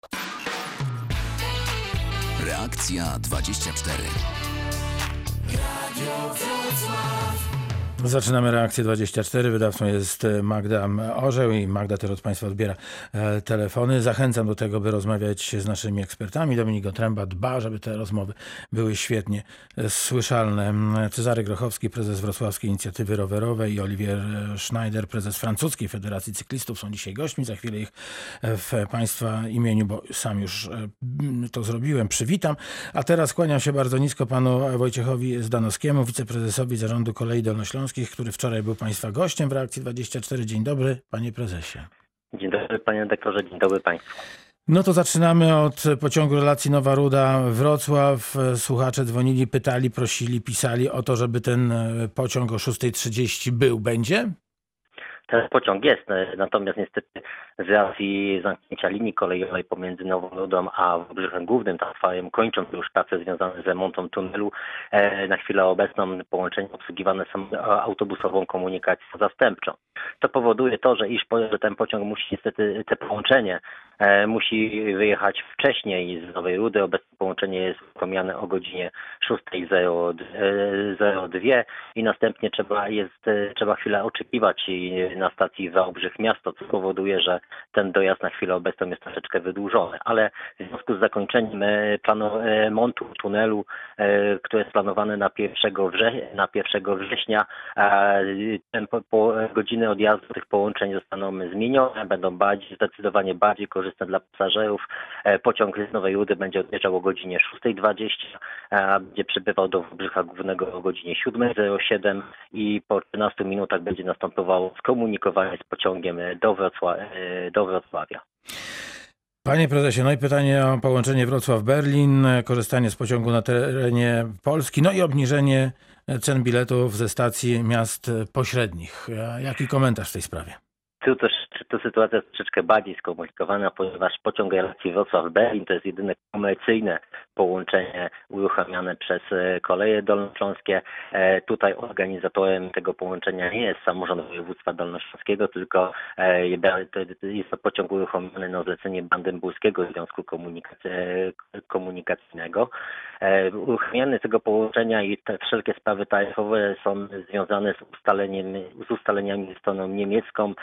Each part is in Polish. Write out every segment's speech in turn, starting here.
Reakcja 24. Radio Wrocław. Zaczynamy Reakcję 24. Wydawcą jest Magda Orzeł i Magda też od Państwa odbiera telefony. Zachęcam do tego, by rozmawiać z naszymi ekspertami. Dominik Otręba dba, żeby te rozmowy były świetnie słyszalne. Cezary Grochowski, prezes Wrocławskiej Inicjatywy Rowerowej, i Olivier Schneider, prezes Francuskiej Federacji Cyklistów są dzisiaj gośćmi. Za chwilę ich w Państwa imieniu, bo sam już to zrobiłem, przywitam. A teraz kłaniam się bardzo nisko panu Wojciechowi Zdanowskiemu, wiceprezesowi Zarządu Kolei Dolnośląskich, który wczoraj był Państwa gościem w Reakcji 24. Dzień dobry, panie prezesie. Dzień dobry, panie redaktorze, dzień dobry państwu. No to zaczynamy od pociągu relacji Nowa Ruda-Wrocław. Słuchacze dzwonili, pytali, prosili, pisali o to, żeby ten pociąg o 6:30 będzie? Ten pociąg jest, natomiast niestety z racji zamknięcia linii kolejowej pomiędzy Nową Rudą a Wałbrzychem Głównym, trwają, kończąc już prace związane z remontem tunelu, na chwilę obecną połączenia obsługiwane są autobusową komunikacją zastępczą. To powoduje to, że ten pociąg musi niestety, te połączenie musi wyjechać wcześniej z Nowej Rudy. Obecnie połączenie jest uruchomione o godzinie 6:02 i następnie trzeba chwilę oczekiwać na stacji Wałbrzych Miasto, co powoduje, że ten dojazd na chwilę obecną jest troszeczkę wydłużony. Ale w związku z zakończeniem remontu tunelu, który jest planowany na 1 września, godziny odjazdu tych połączeń zostaną zmienione, będą zdecydowanie bardziej korzystne dla pasażerów. Pociąg z Nowej Rudy będzie odjeżdżał o godzinie 6:20, a będzie przybywał do Wałbrzycha Głównego o godzinie 7:07 i po 13 minutach będzie następowało skomunikowanie z pociągiem do Wrocławia. Panie prezesie, no i pytanie o połączenie Wrocław-Berlin, korzystanie z pociągu na terenie Polski, no i obniżenie cen biletów ze stacji miast pośrednich. Jaki komentarz w tej sprawie? Tu sytuacja jest troszeczkę bardziej skomplikowana, ponieważ pociąg relacji Wrocław-Berlin to jest jedyne komercyjne połączenie uruchamiane przez Koleje Dolnośląskie. Tutaj organizatorem tego połączenia nie jest samorząd województwa dolnośląskiego, tylko jest to pociąg uruchomiony na zlecenie Brandenburskiego Związku Komunikacyjnego. Uruchomienie tego połączenia i te wszelkie sprawy taryfowe są związane z ustaleniami ze stroną niemiecką,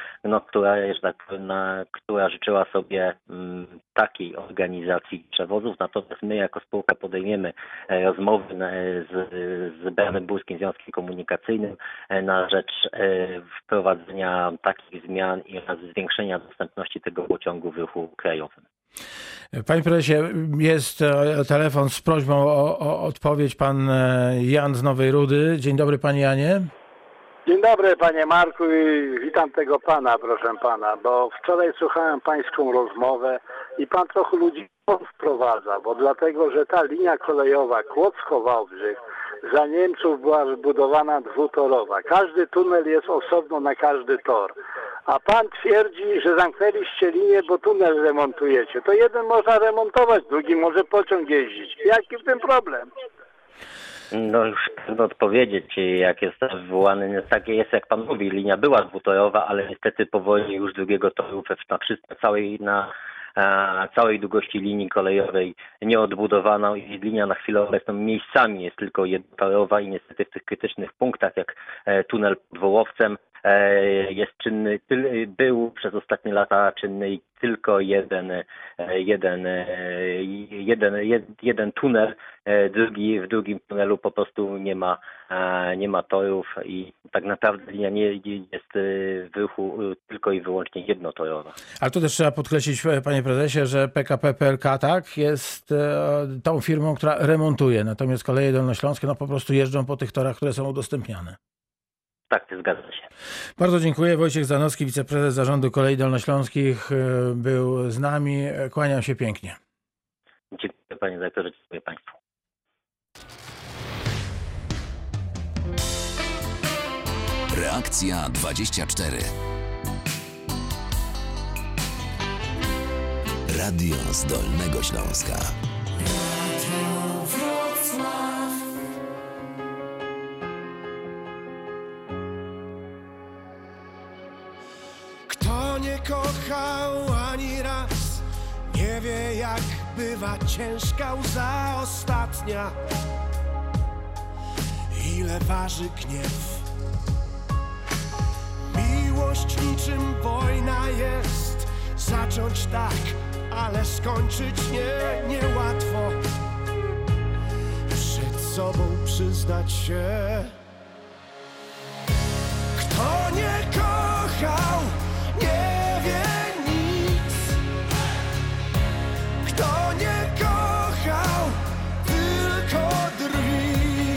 która życzyła sobie takiej organizacji przewozów. Natomiast my jako spółka podejmiemy rozmowy z Brandenburskim Związkiem Komunikacyjnym na rzecz wprowadzenia takich zmian i zwiększenia dostępności tego pociągu w ruchu krajowym. Panie prezesie, jest telefon z prośbą o odpowiedź. Pan Jan z Nowej Rudy. Dzień dobry, panie Janie. Dzień dobry, panie Marku, i witam tego pana, proszę pana, bo wczoraj słuchałem pańską rozmowę i pan trochę ludzi wprowadza, bo dlatego, że ta linia kolejowa Kłodzko-Wałbrzych za Niemców była zbudowana dwutorowa. Każdy tunel jest osobno na każdy tor. A pan twierdzi, że zamknęliście linię, bo tunel remontujecie. To jeden można remontować, drugi może pociąg jeździć. Jaki w tym problem? No już trudno odpowiedzieć, jak jest wywołany, tak jest jak pan mówi, linia była dwutorowa, ale niestety po wojnie już drugiego toru na całej długości linii kolejowej nie odbudowano i linia na chwilę obecną miejscami jest tylko jednotorowa i niestety w tych krytycznych punktach jak tunel pod Wołowcem jest czynny, był przez ostatnie lata czynny tylko jeden tunel, w drugim tunelu po prostu nie ma torów i tak naprawdę linia nie jest w ruchu tylko i wyłącznie jednotorowa. Ale tu też trzeba podkreślić, panie prezesie, że PKP PLK jest tą firmą, która remontuje, natomiast Koleje Dolnośląskie po prostu jeżdżą po tych torach, które są udostępniane. Tak, zgadza się. Bardzo dziękuję. Wojciech Zdanowski, wiceprezes Zarządu Kolei Dolnośląskich, był z nami. Kłaniam się pięknie. Dziękuję panie dyrektorze, dziękuję państwu. Reakcja 24. Radio z Dolnego Śląska. Kto nie kochał ani raz, nie wie jak bywa ciężka łza ostatnia. Ile waży gniew? Miłość niczym wojna jest. Zacząć tak, ale skończyć niełatwo. Przed sobą przyznać się. Kto nie kochał, nie wie nic. Kto nie kochał, tylko drwi.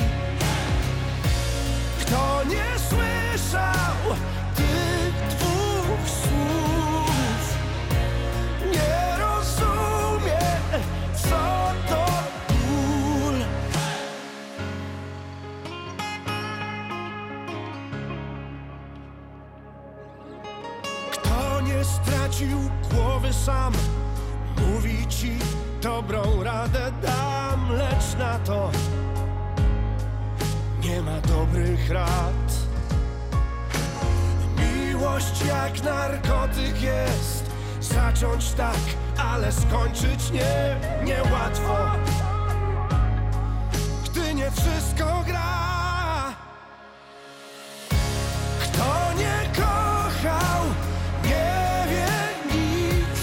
Kto nie słyszał tych dwóch słów, nie rozumie, co to ból. Kto nie stracił głowy sam, mówi ci dobrą radę dam, lecz na to nie ma dobrych rad. Miłość jak narkotyk jest. Zacząć tak, ale skończyć niełatwo. Gdy nie wszystko gra. Kto nie kochał, nie wie nic.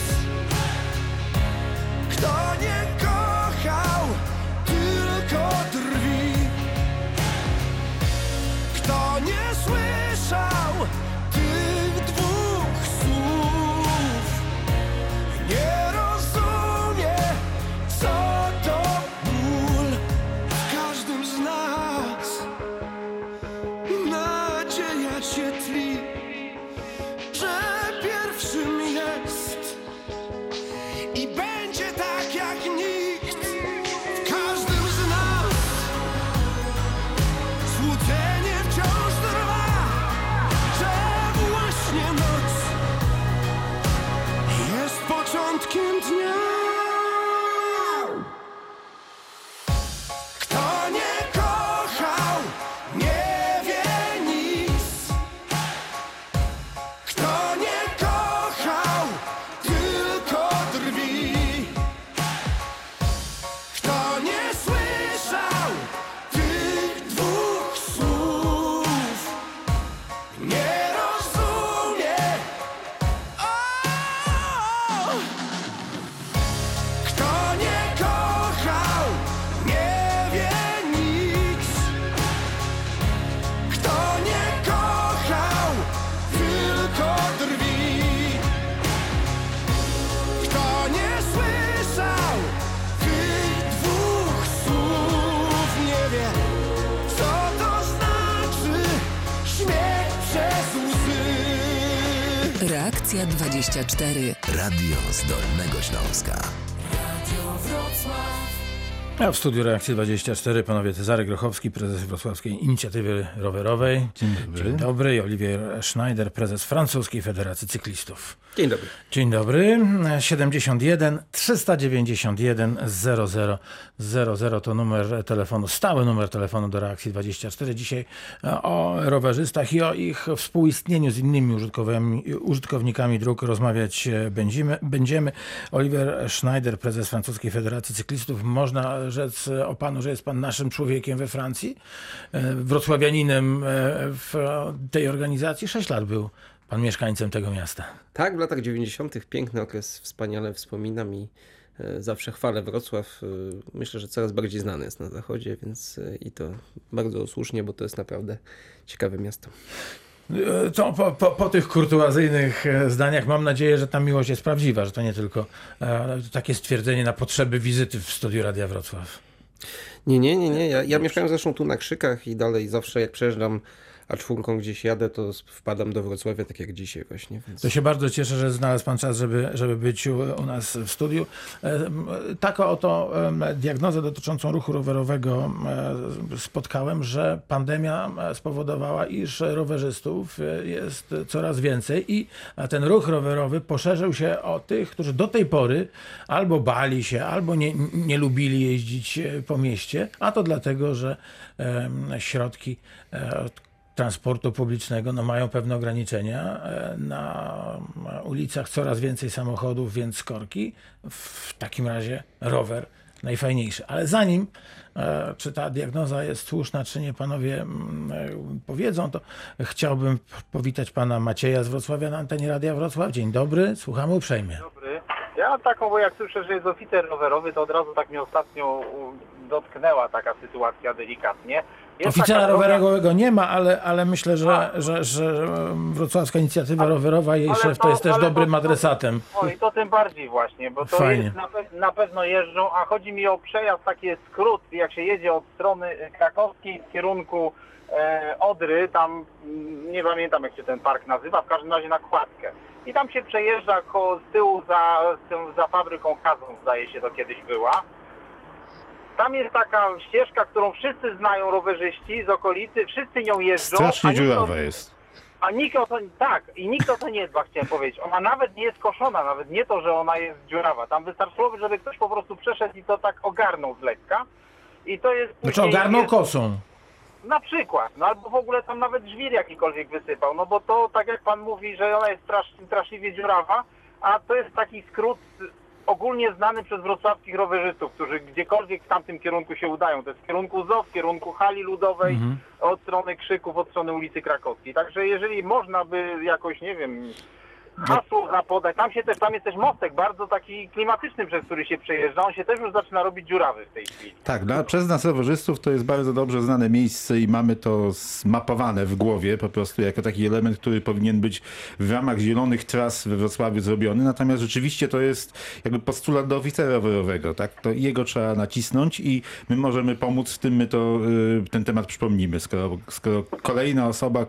Kto nie kochał, tylko drwi. Kto nie słyszał tych dwóch słów, nie rozumie, co to ból. W każdym z nas nadzieja się tli, że pierwszym jest i będzie tak jak nikt. W każdym z nas złudzenie wciąż trwa, że właśnie noc jest początkiem dnia. Kto nie kochał, nie wie nic. Kto nie kochał, tylko drwi. Kto nie słyszał tych dwóch słów, nie rozumie. Kto nie kochał, nie wie nic. Kto nie kochał, tylko drwi. Kto nie słyszał tych dwóch słów, nie wie, co to znaczy śmiech przez łzy. Reakcja 24. Radio z Dolnego Śląska. A w studiu Reakcji 24 panowie Cezary Grochowski, prezes Wrocławskiej Inicjatywy Rowerowej. Dzień dobry. Dzień dobry. I Olivier Schneider, prezes Francuskiej Federacji Cyklistów. Dzień dobry. Dzień dobry. 71 391 0000 to numer telefonu, stały numer telefonu do Reakcji 24. Dzisiaj o rowerzystach i o ich współistnieniu z innymi użytkownikami dróg rozmawiać będziemy. Olivier Schneider, prezes Francuskiej Federacji Cyklistów. Można rzec o panu, że jest pan naszym człowiekiem we Francji, wrocławianinem w tej organizacji. 6 lat był pan mieszkańcem tego miasta. Tak, w latach 90. piękny okres, wspaniale wspominam i zawsze chwalę Wrocław. Myślę, że coraz bardziej znany jest na zachodzie, więc i to bardzo słusznie, bo to jest naprawdę ciekawe miasto. To po tych kurtuazyjnych zdaniach mam nadzieję, że ta miłość jest prawdziwa, że to nie tylko takie stwierdzenie na potrzeby wizyty w studiu Radia Wrocław. Nie. Ja mieszkałem zresztą tu na Krzykach i dalej zawsze jak przejeżdżam A4 gdzieś jadę, to wpadam do Wrocławia, tak jak dzisiaj właśnie. Więc... To się bardzo cieszę, że znalazł pan czas, żeby być u nas w studiu. Taką oto diagnozę dotyczącą ruchu rowerowego spotkałem, że pandemia spowodowała, iż rowerzystów jest coraz więcej i ten ruch rowerowy poszerzył się o tych, którzy do tej pory albo bali się, albo nie lubili jeździć po mieście, a to dlatego, że środki transportu publicznego no mają pewne ograniczenia. Na ulicach coraz więcej samochodów, więc korki. W takim razie rower najfajniejszy. Ale zanim czy ta diagnoza jest słuszna, czy nie, panowie powiedzą, to chciałbym powitać pana Macieja z Wrocławia na antenie Radia Wrocław. Dzień dobry, słuchamy uprzejmie. Dobry. Ja mam taką, bo jak słyszę, że jest oficer rowerowy, to od razu tak mnie ostatnio dotknęła taka sytuacja delikatnie. Oficera rowerowego nie ma, ale myślę, że Wrocławska Inicjatywa Rowerowa, jej szef to jest też dobrym adresatem. I to tym bardziej właśnie, bo to Fajnie. jest, na pewno jeżdżą, a chodzi mi o przejazd, taki skrót, jak się jedzie od strony krakowskiej w kierunku Odry, tam nie pamiętam jak się ten park nazywa, w każdym razie na Kładkę. I tam się przejeżdża z tyłu za fabryką Kazą, zdaje się to kiedyś była. Tam jest taka ścieżka, którą wszyscy znają rowerzyści z okolicy, wszyscy nią jeżdżą. Strasznie dziurawa jest. A nikt o to, nikt o to nie dba, chciałem powiedzieć. Ona nawet nie jest koszona, nawet nie to, że ona jest dziurawa. Tam wystarczyłoby, żeby ktoś po prostu przeszedł i to tak ogarnął z lekka. I to jest Znaczy ogarnął kosą. Na przykład, no albo w ogóle tam nawet żwir jakikolwiek wysypał, no bo to tak jak pan mówi, że ona jest straszliwie dziurawa, a to jest taki skrót ogólnie znany przez wrocławskich rowerzystów, którzy gdziekolwiek w tamtym kierunku się udają. To jest w kierunku ZOO, w kierunku hali ludowej, od strony Krzyków, od strony ulicy Krakowskiej. Także jeżeli można by jakoś, nie wiem, hasło zapodać, tam jest też mostek bardzo taki klimatyczny, przez który się przejeżdża, on się też już zaczyna robić dziurawy w tej chwili. Tak, przez nas rowerzystów to jest bardzo dobrze znane miejsce i mamy to zmapowane w głowie po prostu jako taki element, który powinien być w ramach zielonych tras we Wrocławiu zrobiony. Natomiast rzeczywiście to jest jakby postulat do oficera rowerowego, tak? To jego trzeba nacisnąć i my możemy pomóc w tym, my ten temat przypomnimy, skoro kolejna osoba,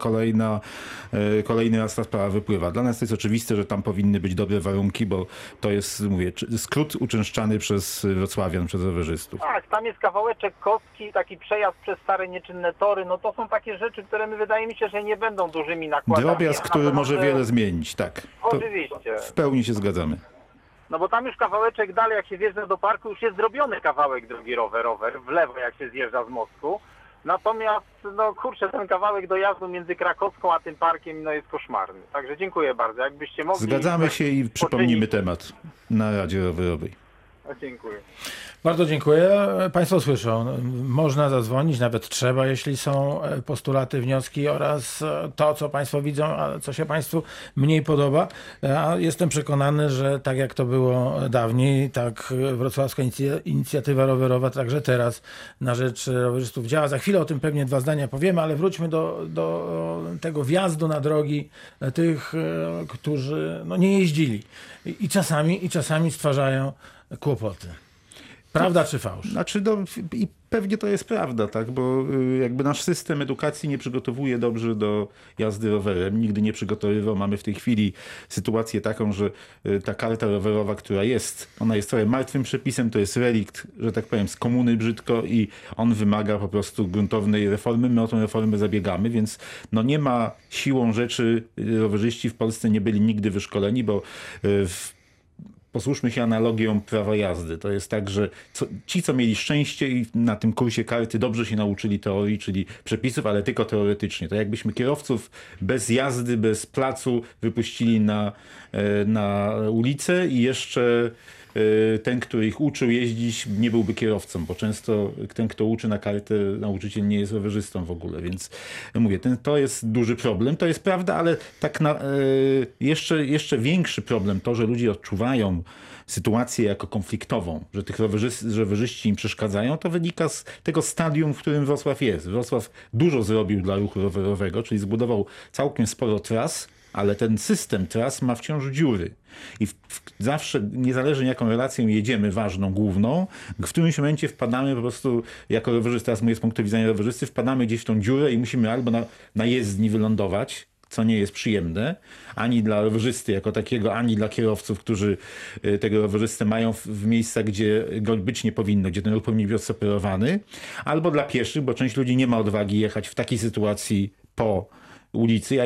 kolejny raz ta sprawa wypływa. Dla nas to jest oczywiste, że tam powinny być dobre warunki, bo to jest, mówię, skrót uczęszczany przez wrocławian, przez rowerzystów. Tak, tam jest kawałeczek kostki, taki przejazd przez stare nieczynne tory, no to są takie rzeczy, które wydaje mi się, że nie będą dużymi nakładami. Drobiazg, który może wiele zmienić, tak. Oczywiście. W pełni się zgadzamy. No bo tam już kawałeczek dalej, jak się wjeżdża do parku, już jest zrobiony kawałek drogi rower, w lewo jak się zjeżdża z mostku. Natomiast, no kurczę, ten kawałek dojazdu między Krakowską a tym parkiem no jest koszmarny. Także dziękuję bardzo. Jakbyście mogli... Zgadzamy się i przypomnimy temat na Radzie Rowerowej. Dziękuję. Bardzo dziękuję. Państwo słyszą, można zadzwonić, nawet trzeba, jeśli są postulaty, wnioski oraz to, co Państwo widzą, a co się Państwu mniej podoba. Ja jestem przekonany, że tak jak to było dawniej, tak Wrocławska Inicjatywa Rowerowa także teraz na rzecz rowerzystów działa. Za chwilę o tym pewnie 2 zdania powiemy, ale wróćmy do tego wjazdu na drogi tych, którzy no, nie jeździli i czasami stwarzają kłopoty. Prawda czy fałsz? Znaczy, i pewnie to jest prawda, tak, bo jakby nasz system edukacji nie przygotowuje dobrze do jazdy rowerem. Nigdy nie przygotowywał. Mamy w tej chwili sytuację taką, że ta karta rowerowa, która jest, ona jest trochę martwym przepisem, to jest relikt, że tak powiem, z komuny brzydko i on wymaga po prostu gruntownej reformy. My o tę reformę zabiegamy, więc no nie ma siłą rzeczy, rowerzyści w Polsce nie byli nigdy wyszkoleni, bo posłuszmy się analogią prawa jazdy. To jest tak, że ci, co mieli szczęście i na tym kursie karty dobrze się nauczyli teorii, czyli przepisów, ale tylko teoretycznie. To jakbyśmy kierowców bez jazdy, bez placu wypuścili na ulicę i jeszcze ten, który ich uczył jeździć, nie byłby kierowcą, bo często ten, kto uczy na kartę, nauczyciel nie jest rowerzystą w ogóle, więc mówię, to jest duży problem, to jest prawda, ale tak jeszcze większy problem to, że ludzie odczuwają sytuację jako konfliktową, że tych rowerzyści im przeszkadzają, to wynika z tego stadium, w którym Wrocław jest. Wrocław dużo zrobił dla ruchu rowerowego, czyli zbudował całkiem sporo tras, ale ten system tras ma wciąż dziury. I zawsze, niezależnie jaką relacją jedziemy, ważną, główną, w którymś momencie wpadamy po prostu, jako rowerzysta, teraz mówię z punktu widzenia rowerzysty, wpadamy gdzieś w tą dziurę i musimy albo na jezdni wylądować, co nie jest przyjemne, ani dla rowerzysty jako takiego, ani dla kierowców, którzy tego rowerzystę mają w miejscach, gdzie go być nie powinno, gdzie ten ruch powinien być odseparowany, albo dla pieszych, bo część ludzi nie ma odwagi jechać w takiej sytuacji po ulicy. Ja ich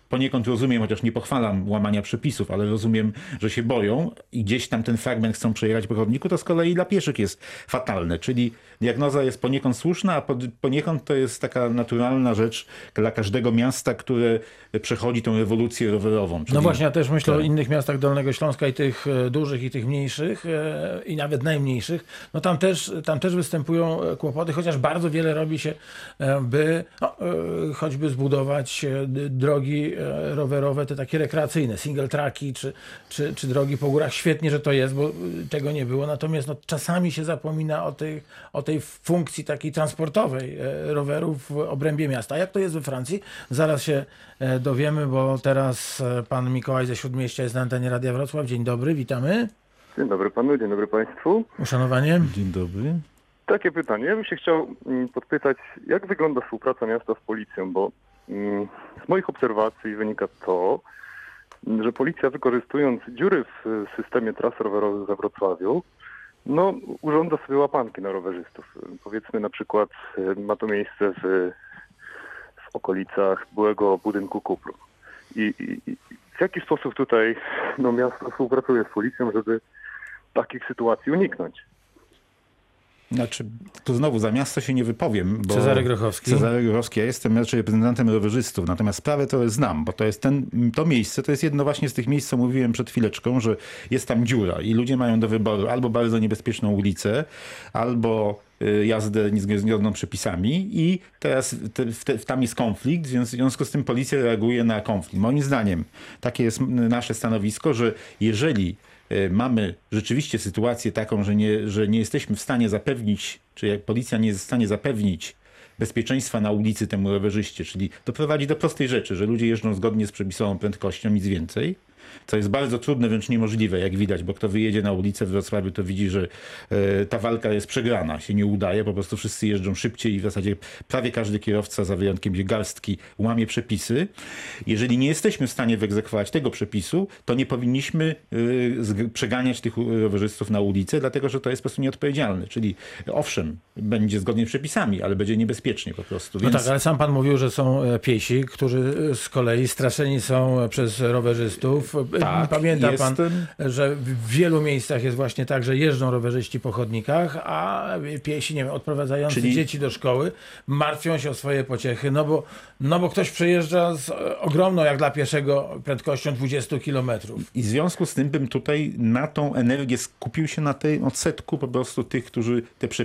poniekąd rozumiem, chociaż nie pochwalam łamania przepisów, ale rozumiem, że się boją i gdzieś tam ten fragment chcą przejechać po chodniku, to z kolei dla pieszych jest fatalne. Czyli diagnoza jest poniekąd słuszna, a poniekąd to jest taka naturalna rzecz dla każdego miasta, które przechodzi tą rewolucję rowerową. Czyli... No właśnie, ja też myślę o innych miastach Dolnego Śląska i tych dużych i tych mniejszych i nawet najmniejszych. No tam też występują kłopoty, chociaż bardzo wiele robi się, by choćby zbudować drogi rowerowe, te takie rekreacyjne, single tracki czy drogi po górach. Świetnie, że to jest, bo tego nie było. Natomiast czasami się zapomina o tej funkcji takiej transportowej rowerów w obrębie miasta. A jak to jest we Francji? Zaraz się dowiemy, bo teraz pan Mikołaj ze Śródmieścia jest na antenie Radia Wrocław. Dzień dobry, witamy. Dzień dobry panu, dzień dobry państwu. Uszanowanie. Dzień dobry. Takie pytanie. Ja bym się chciał podpytać, jak wygląda współpraca miasta z policją, bo z moich obserwacji wynika to, że policja, wykorzystując dziury w systemie tras rowerowych we Wrocławiu, urządza sobie łapanki na rowerzystów. Powiedzmy na przykład ma to miejsce w okolicach byłego budynku Kupru. I w jaki sposób tutaj miasto współpracuje z policją, żeby takich sytuacji uniknąć? Znaczy, tu znowu za miasto się nie wypowiem, bo Cezary Grochowski. Ja jestem raczej reprezentantem rowerzystów, natomiast sprawę to znam, bo to jest to miejsce, to jest jedno właśnie z tych miejsc, co mówiłem przed chwileczką, że jest tam dziura i ludzie mają do wyboru albo bardzo niebezpieczną ulicę, albo jazdę niezgodną przepisami i teraz tam jest konflikt, w związku z tym policja reaguje na konflikt. Moim zdaniem takie jest nasze stanowisko, że jeżeli mamy rzeczywiście sytuację taką, że nie jesteśmy w stanie zapewnić, czy jak policja nie jest w stanie zapewnić bezpieczeństwa na ulicy temu rowerzyście, czyli doprowadzi do prostej rzeczy, że ludzie jeżdżą zgodnie z przepisową prędkością, nic więcej, co jest bardzo trudne, wręcz niemożliwe, jak widać, bo kto wyjedzie na ulicę w Wrocławiu, to widzi, że ta walka jest przegrana, się nie udaje, po prostu wszyscy jeżdżą szybciej i w zasadzie prawie każdy kierowca, za wyjątkiem garstki, łamie przepisy. Jeżeli nie jesteśmy w stanie wyegzekwować tego przepisu, to nie powinniśmy przeganiać tych rowerzystów na ulicę, dlatego że to jest po prostu nieodpowiedzialne. Czyli owszem, będzie zgodnie z przepisami, ale będzie niebezpiecznie po prostu. Więc... No tak, ale sam pan mówił, że są piesi, którzy z kolei straszeni są przez rowerzystów. Tak, pamięta pan, że w wielu miejscach jest właśnie tak, że jeżdżą rowerzyści po chodnikach, a piesi, nie wiem, odprowadzający dzieci do szkoły martwią się o swoje pociechy, no bo ktoś przejeżdża z ogromną, jak dla pieszego, prędkością 20 km. I w związku z tym bym tutaj na tą energię skupił się na tej odsetku po prostu tych, którzy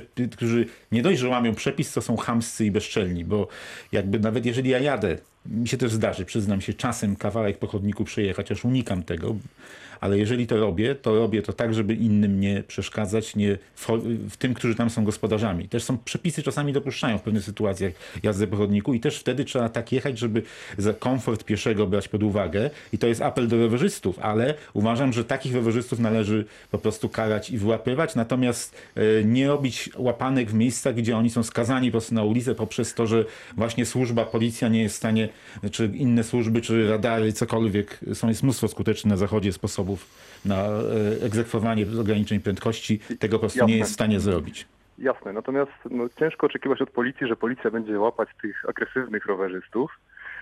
nie dość, że łamią przepis, to są chamscy i bezczelni, bo jakby nawet jeżeli ja jadę, mi się też zdarzy, przyznam się, czasem kawałek po chodniku przejechać, aż unikam tego, ale jeżeli to robię to tak, żeby innym nie przeszkadzać, nie w tym, którzy tam są gospodarzami. Też są przepisy, czasami dopuszczają w pewnych sytuacjach jazdę po chodniku i też wtedy trzeba tak jechać, żeby za komfort pieszego brać pod uwagę i to jest apel do rowerzystów, ale uważam, że takich rowerzystów należy po prostu karać i wyłapywać, natomiast nie robić łapanek w miejscach, gdzie oni są skazani po prostu na ulicę poprzez to, że właśnie służba, policja nie jest w stanie, czy inne służby, czy radary, cokolwiek, jest mnóstwo skutecznych na zachodzie sposobów na egzekwowanie ograniczeń prędkości, tego po prostu nie jest w stanie zrobić. Jasne, natomiast ciężko oczekiwać od policji, że policja będzie łapać tych agresywnych rowerzystów,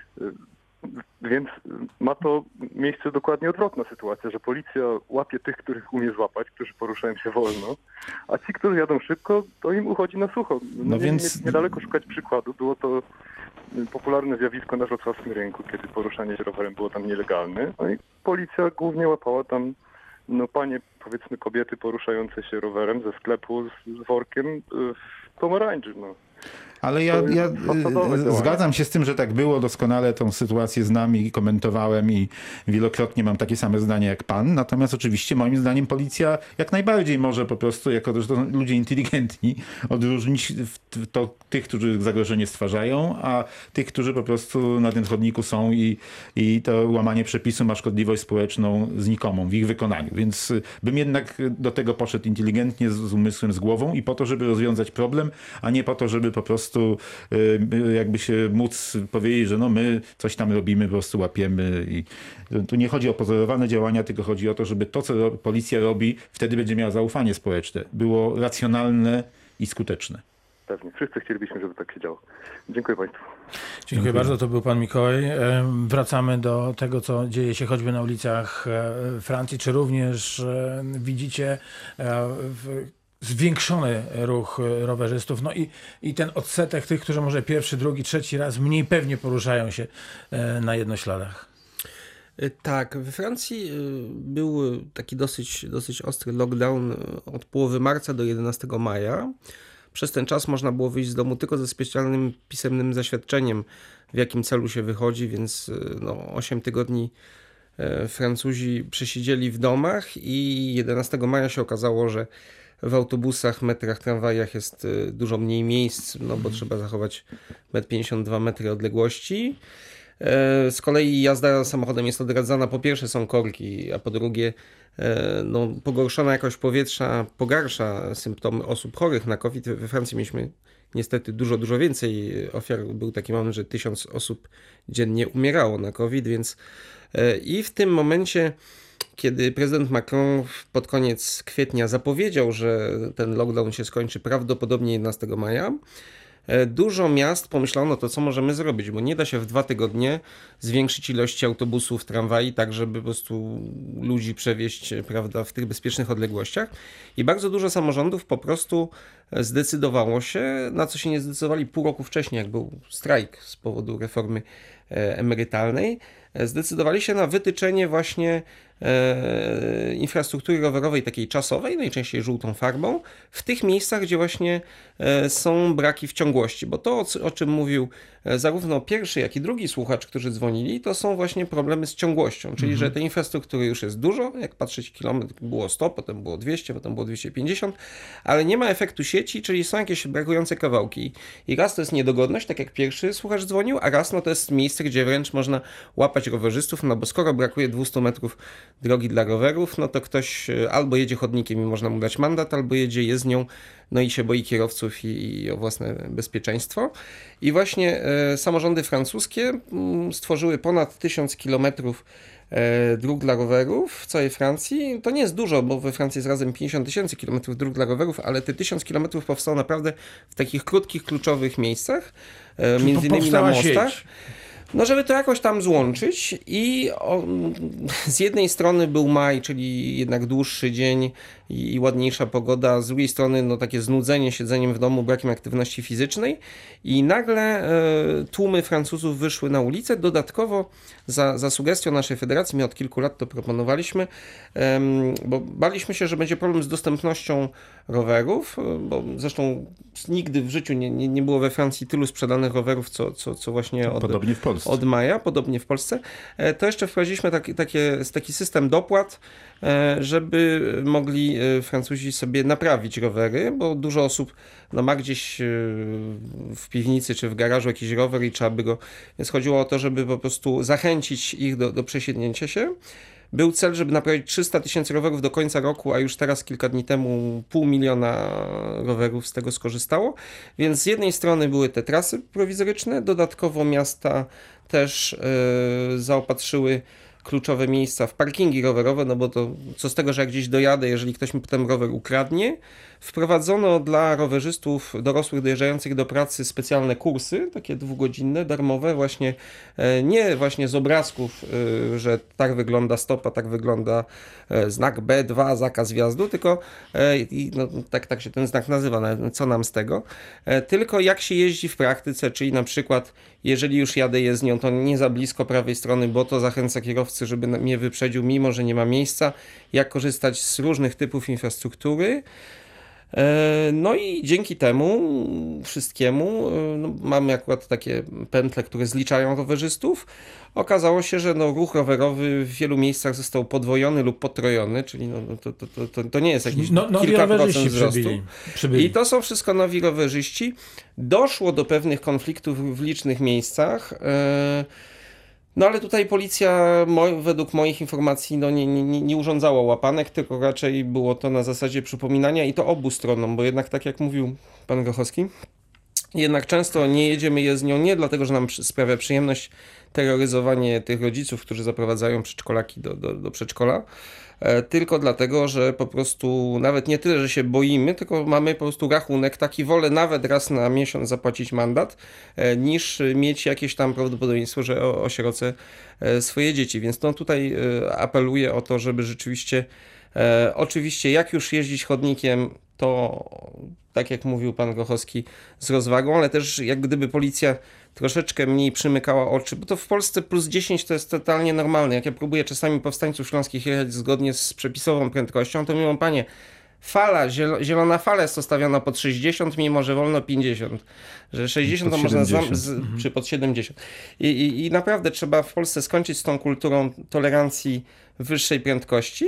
więc ma to miejsce dokładnie odwrotna sytuacja, że policja łapie tych, których umie złapać, którzy poruszają się wolno, a ci, którzy jadą szybko, to im uchodzi na sucho. Więc niedaleko szukać przykładu. Było to popularne zjawisko na wrocławskim rynku, kiedy poruszanie się rowerem było tam nielegalne. No i policja głównie łapała tam panie, powiedzmy kobiety poruszające się rowerem ze sklepu z workiem w pomarańczy. Ale ja zgadzam się z tym, że tak było, doskonale tą sytuację znam i komentowałem i wielokrotnie mam takie same zdanie jak pan. Natomiast oczywiście moim zdaniem policja jak najbardziej może po prostu, jako że to są ludzie inteligentni, odróżnić tych, którzy zagrożenie stwarzają, a tych, którzy po prostu na tym chodniku są i to łamanie przepisu ma szkodliwość społeczną znikomą w ich wykonaniu. Więc bym jednak do tego poszedł inteligentnie, z umysłem, z głową i po to, żeby rozwiązać problem, a nie po to, żeby po prostu jakby się móc powiedzieć, że my coś tam robimy, po prostu łapiemy i tu nie chodzi o pozorowane działania, tylko chodzi o to, żeby to, co policja robi, wtedy będzie miała zaufanie społeczne, było racjonalne i skuteczne. Pewnie. Wszyscy chcielibyśmy, żeby tak się działo. Dziękuję państwu. Dziękuję bardzo. To był pan Mikołaj. Wracamy do tego, co dzieje się choćby na ulicach Francji. Czy również widzicie zwiększony ruch rowerzystów, no i ten odsetek tych, którzy może pierwszy, drugi, trzeci raz mniej pewnie poruszają się na jednośladach? Tak, we Francji był taki dosyć ostry lockdown od połowy marca do 11 maja. Przez ten czas można było wyjść z domu tylko ze specjalnym pisemnym zaświadczeniem, w jakim celu się wychodzi, więc 8 tygodni Francuzi przesiedzieli w domach i 11 maja się okazało, że w autobusach, metrach, tramwajach jest dużo mniej miejsc, bo trzeba zachować 1,52 m odległości. Z kolei jazda samochodem jest odradzana. Po pierwsze są korki, a po drugie pogorszona jakość powietrza pogarsza symptomy osób chorych na COVID. We Francji mieliśmy niestety dużo więcej ofiar. Był taki moment, że 1000 osób dziennie umierało na COVID, więc i w tym momencie, kiedy prezydent Macron pod koniec kwietnia zapowiedział, że ten lockdown się skończy prawdopodobnie 11 maja, dużo miast pomyślano, to co możemy zrobić, bo nie da się w 2 tygodnie zwiększyć ilości autobusów, tramwaji, tak żeby po prostu ludzi przewieźć, prawda, w tych bezpiecznych odległościach. I bardzo dużo samorządów po prostu zdecydowało się, na co się nie zdecydowali pół roku wcześniej, jak był strajk z powodu reformy emerytalnej, zdecydowali się na wytyczenie właśnie infrastruktury rowerowej takiej czasowej, najczęściej żółtą farbą, w tych miejscach, gdzie właśnie są braki w ciągłości, bo to, o czym mówił zarówno pierwszy, jak i drugi słuchacz, którzy dzwonili, to są właśnie problemy z ciągłością, czyli że tej infrastruktury już jest dużo, jak patrzeć kilometr było 100, potem było 200, potem było 250, ale nie ma efektu sieci, czyli są jakieś brakujące kawałki. I raz to jest niedogodność, tak jak pierwszy słuchacz dzwonił, a raz to jest miejsce, gdzie wręcz można łapać rowerzystów, bo skoro brakuje 200 metrów drogi dla rowerów, to ktoś albo jedzie chodnikiem i można mu dać mandat, albo jedzie jezdnią, i się boi kierowców i o własne bezpieczeństwo. I właśnie samorządy francuskie stworzyły ponad 1000 kilometrów dróg dla rowerów w całej Francji. To nie jest dużo, bo we Francji jest razem 50 000 kilometrów dróg dla rowerów, ale te 1000 kilometrów powstało naprawdę w takich krótkich, kluczowych miejscach, między innymi na mostach. Sieć. Żeby to jakoś tam złączyć i z jednej strony był maj, czyli jednak dłuższy dzień i ładniejsza pogoda, z drugiej strony takie znudzenie siedzeniem w domu, brakiem aktywności fizycznej i nagle tłumy Francuzów wyszły na ulicę. Dodatkowo za sugestią naszej federacji, my od kilku lat to proponowaliśmy, bo baliśmy się, że będzie problem z dostępnością rowerów, bo zresztą nigdy w życiu nie było we Francji tylu sprzedanych rowerów, co właśnie podobnie w Polsce. Od maja, podobnie w Polsce. To jeszcze wprowadziliśmy taki system dopłat, żeby mogli Francuzi sobie naprawić rowery, bo dużo osób ma gdzieś w piwnicy czy w garażu jakiś rower i trzeba by go... Więc chodziło o to, żeby po prostu zachęcić ich do przesiednięcia się. Był cel, żeby naprawić 300 000 rowerów do końca roku, a już teraz kilka dni temu 500 000 rowerów z tego skorzystało. Więc z jednej strony były te trasy prowizoryczne, dodatkowo miasta też zaopatrzyły kluczowe miejsca w parkingi rowerowe, bo to co z tego, że jak gdzieś dojadę, jeżeli ktoś mi potem rower ukradnie. Wprowadzono dla rowerzystów dorosłych dojeżdżających do pracy specjalne kursy, takie 2-godzinne, darmowe, nie właśnie z obrazków, że tak wygląda stopa, tak wygląda znak B2, zakaz wjazdu, tylko tak się ten znak nazywa, co nam z tego, tylko jak się jeździ w praktyce, czyli na przykład jeżeli już jadę jezdnią, to nie za blisko prawej strony, bo to zachęca kierowcy, żeby mnie wyprzedził, mimo że nie ma miejsca, jak korzystać z różnych typów infrastruktury. I dzięki temu wszystkiemu mamy akurat takie pętle, które zliczają rowerzystów. Okazało się, że ruch rowerowy w wielu miejscach został podwojony lub potrojony, czyli to nie jest jakieś kilka procent wzrostu. Przybyli. I to są wszystko nowi rowerzyści. Doszło do pewnych konfliktów w licznych miejscach. Ale tutaj policja, według moich informacji, nie urządzała łapanek, tylko raczej było to na zasadzie przypominania i to obu stronom, bo jednak tak jak mówił pan Grochowski, jednak często nie jedziemy jezdnią nie dlatego, że nam sprawia przyjemność terroryzowanie tych rodziców, którzy zaprowadzają przedszkolaki do przedszkola, tylko dlatego, że po prostu nawet nie tyle, że się boimy, tylko mamy po prostu rachunek, taki wolę nawet raz na miesiąc zapłacić mandat, niż mieć jakieś tam prawdopodobieństwo, że osierocę swoje dzieci. Więc no tutaj apeluję o to, żeby rzeczywiście, oczywiście jak już jeździć chodnikiem, to tak jak mówił pan Grochowski, z rozwagą, ale też jak gdyby policja troszeczkę mniej przymykała oczy, bo to w Polsce plus 10 to jest totalnie normalne. Jak ja próbuję czasami powstańców śląskich jechać zgodnie z przepisową prędkością, to mówią, panie, fala, zielona fala jest ustawiona pod 60, mimo że wolno 50. Że 60 to można czy pod 70. I naprawdę trzeba w Polsce skończyć z tą kulturą tolerancji wyższej prędkości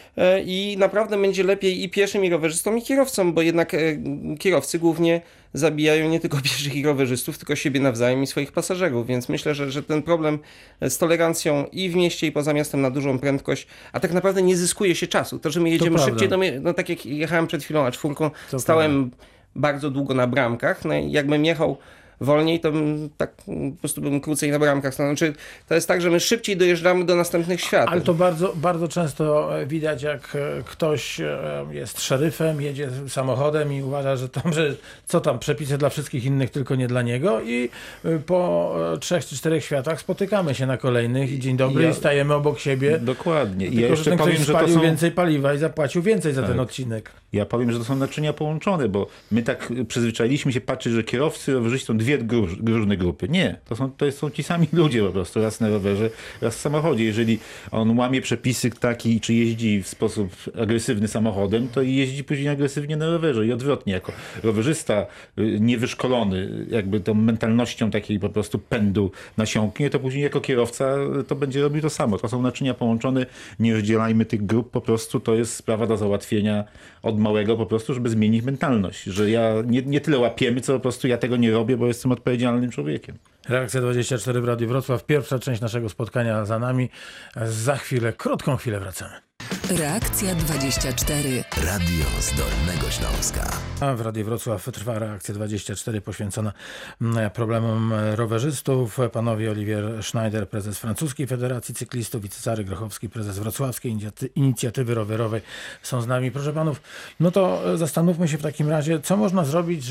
i naprawdę będzie lepiej i pieszym, i rowerzystom, i kierowcom, bo jednak kierowcy głównie zabijają nie tylko pieszych i rowerzystów, tylko siebie nawzajem i swoich pasażerów, więc myślę, że ten problem z tolerancją i w mieście, i poza miastem na dużą prędkość, a tak naprawdę nie zyskuje się czasu. To, że my jedziemy szybciej, no tak jak jechałem przed chwilą A4, stałem bardzo długo na bramkach, no i jakbym jechał wolniej, to tak po prostu bym krócej na bramkach stanął. Znaczy, to jest tak, że my szybciej dojeżdżamy do następnych światów. Ale to bardzo, bardzo często widać, jak ktoś jest szeryfem, jedzie samochodem i uważa, że co tam, przepisy dla wszystkich innych, tylko nie dla niego, i po 3 czy 4 światach spotykamy się na kolejnych i dzień dobry, i stajemy obok siebie. Dokładnie. Tylko, ja jeszcze że ten powiem, ktoś spalił więcej paliwa i zapłacił więcej za ten odcinek. Ja powiem, że to są naczynia połączone, bo my tak przyzwyczailiśmy się patrzeć, że kierowcy, rowerzyści są dwie różne grupy. Nie, to są ci sami ludzie po prostu, raz na rowerze, raz w samochodzie. Jeżeli on łamie przepisy taki, czy jeździ w sposób agresywny samochodem, to i jeździ później agresywnie na rowerze i odwrotnie. Jako rowerzysta niewyszkolony jakby tą mentalnością takiej po prostu pędu nasiąknie, to później jako kierowca to będzie robił to samo. To są naczynia połączone, nie rozdzielajmy tych grup, po prostu to jest sprawa do załatwienia od małego po prostu, żeby zmienić mentalność, że ja nie tyle łapiemy, co po prostu ja tego nie robię, bo jestem odpowiedzialnym człowiekiem. Reakcja 24 w Radiu Wrocław. Pierwsza część naszego spotkania za nami. Za chwilę, krótką chwilę wracamy. Reakcja 24. Radio z Dolnego Śląska. A w Radiu Wrocław trwa Reakcja 24 poświęcona problemom rowerzystów. Panowie Olivier Schneider, prezes Francuskiej Federacji Cyklistów, i Cezary Grochowski, prezes Wrocławskiej Inicjatywy Rowerowej są z nami. Proszę panów, no to zastanówmy się w takim razie, co można zrobić,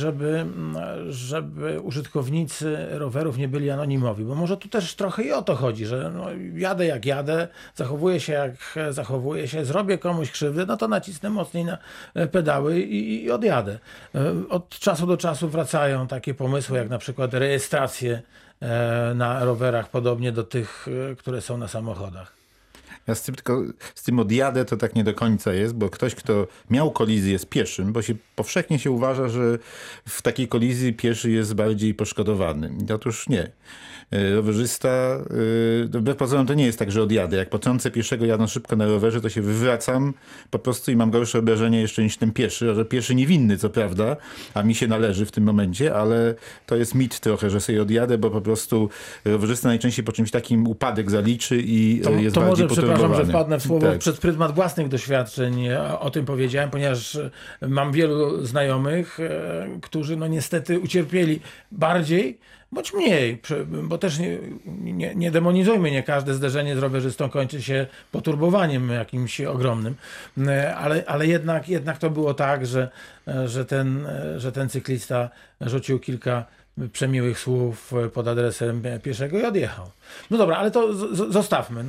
żeby użytkownicy rowerów nie byli anonimowi, bo może tu też trochę i o to chodzi, że jadę jak jadę, zachowuję się jak zachowuję się, zrobię komuś krzywdę, no to nacisnę mocniej na pedały i odjadę. Od czasu do czasu wracają takie pomysły, jak na przykład rejestracje na rowerach, podobnie do tych, które są na samochodach. Ja z tym odjadę to tak nie do końca jest, bo ktoś, kto miał kolizję z pieszym, bo powszechnie się uważa, że w takiej kolizji pieszy jest bardziej poszkodowany. Otóż nie. Rowerzysta, wbrew pozorom to nie jest tak, że odjadę. Jak potrącę pieszego jadąc szybko na rowerze, to się wywracam po prostu i mam gorsze obrażenie jeszcze niż ten pieszy. Że pieszy niewinny, co prawda, a mi się należy w tym momencie, ale to jest mit trochę, że sobie odjadę, bo po prostu rowerzysta najczęściej po czymś takim upadek zaliczy i jest bardziej poturbowany. Przepraszam, że wpadnę w słowo. Tak. Przez pryzmat własnych doświadczeń o tym powiedziałem, ponieważ mam wielu znajomych, którzy niestety ucierpieli bardziej bądź mniej, bo też nie demonizujmy, nie każde zderzenie z rowerzystą kończy się poturbowaniem jakimś ogromnym, ale jednak to było tak, że ten cyklista rzucił kilka przemiłych słów pod adresem pieszego i odjechał. No dobra, ale to zostawmy.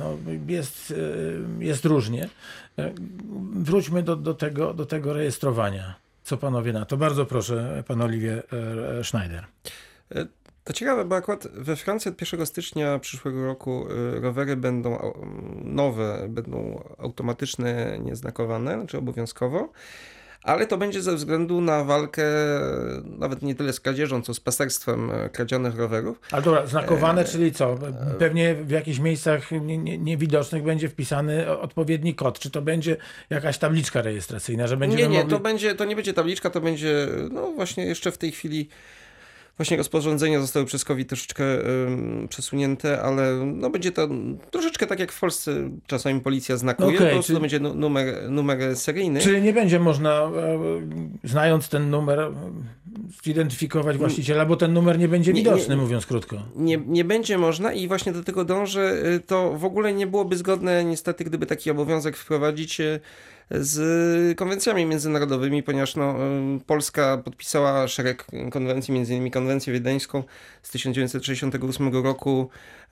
Jest różnie. Wróćmy do tego rejestrowania. Co panowie na to? Bardzo proszę, pan Olivier Schneider. To ciekawe, bo akurat we Francji od 1 stycznia przyszłego roku rowery będą nowe, będą automatyczne, nieznakowane, znaczy obowiązkowo. Ale to będzie ze względu na walkę nawet nie tyle z kradzieżą, co z pasterstwem kradzionych rowerów. Ale dobra, znakowane, czyli co? Pewnie w jakichś miejscach niewidocznych będzie wpisany odpowiedni kod. Czy to będzie jakaś tabliczka rejestracyjna, że będziemy mogli... to nie będzie tabliczka, to będzie, właśnie jeszcze w tej chwili właśnie rozporządzenia zostały przez COVID troszeczkę przesunięte, ale będzie to troszeczkę tak jak w Polsce czasami policja znakuje, po prostu to będzie numer seryjny. Czyli nie będzie można, znając ten numer, zidentyfikować właściciela, bo ten numer nie będzie widoczny, mówiąc krótko. Nie będzie można i właśnie do tego dążę. To w ogóle nie byłoby zgodne niestety, gdyby taki obowiązek wprowadzić z konwencjami międzynarodowymi, ponieważ Polska podpisała szereg konwencji, m.in. konwencję wiedeńską z 1968 roku,